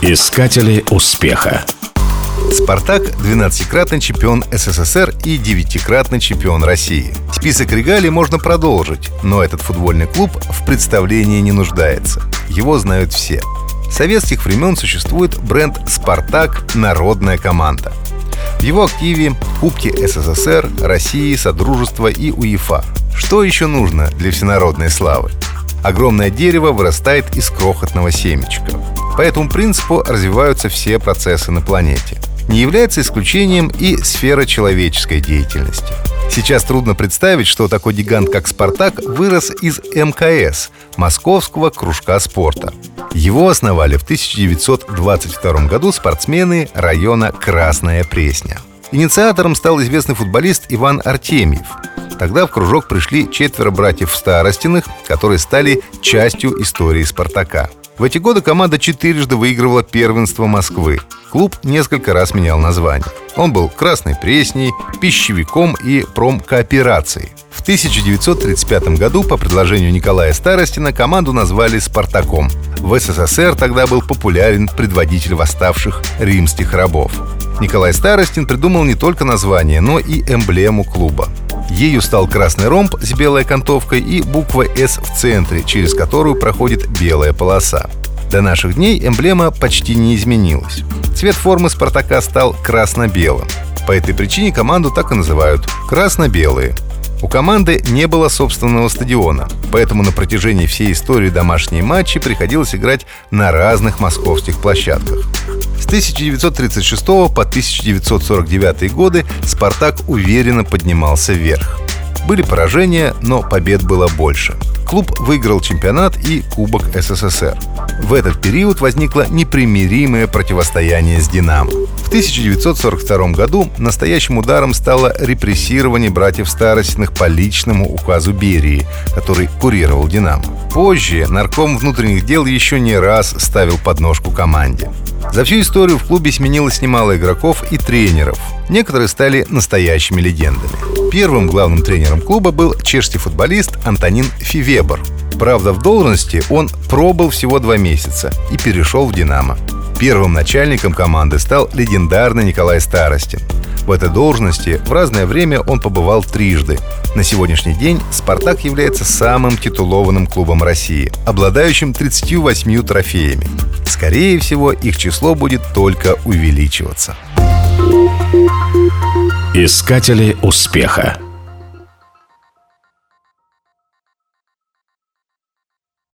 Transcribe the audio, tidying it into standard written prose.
Искатели успеха. «Спартак» — 12-кратный чемпион СССР и 9-кратный чемпион России. Список регалий можно продолжить, но этот футбольный клуб в представлении не нуждается. Его знают все. С советских времен существует бренд «Спартак» — народная команда. В его активе Кубки СССР, России, Содружества и УЕФА. Что еще нужно для всенародной славы? Огромное дерево вырастает из крохотного семечка. По этому принципу развиваются все процессы на планете. Не является исключением и сфера человеческой деятельности. Сейчас трудно представить, что такой гигант, как «Спартак», вырос из МКС – Московского кружка спорта. Его основали в 1922 году спортсмены района Красная Пресня. Инициатором стал известный футболист Иван Артемьев. Тогда в кружок пришли 4 братьев Старостиных, которые стали частью истории «Спартака». В эти годы команда 4-жды выигрывала первенство Москвы. Клуб несколько раз менял название. Он был «Красной Пресней», «Пищевиком» и «Промкооперацией». В 1935 году по предложению Николая Старостина команду назвали «Спартаком». В СССР тогда был популярен предводитель восставших римских рабов. Николай Старостин придумал не только название, но и эмблему клуба. Ею стал красный ромб с белой окантовкой и буква «С» в центре, через которую проходит белая полоса. До наших дней эмблема почти не изменилась. Цвет формы «Спартака» стал красно-белым. По этой причине команду так и называют «красно-белые». У команды не было собственного стадиона, поэтому на протяжении всей истории домашние матчи приходилось играть на разных московских площадках. С 1936 по 1949 годы «Спартак» уверенно поднимался вверх. Были поражения, но побед было больше. Клуб выиграл чемпионат и Кубок СССР. В этот период возникло непримиримое противостояние с «Динамо». В 1942 году настоящим ударом стало репрессирование братьев Старостиных по личному указу Берии, который курировал «Динамо». Позже нарком внутренних дел еще не раз ставил подножку команде. За всю историю в клубе сменилось немало игроков и тренеров. Некоторые стали настоящими легендами. Первым главным тренером клуба был чешский футболист Антонин Фивебр. Правда, в должности он пробыл всего 2 месяца и перешел в «Динамо». Первым начальником команды стал легендарный Николай Старостин. В этой должности в разное время он побывал 3-жды. На сегодняшний день «Спартак» является самым титулованным клубом России, обладающим 38 трофеями. Скорее всего, их число будет только увеличиваться. Искатели успеха.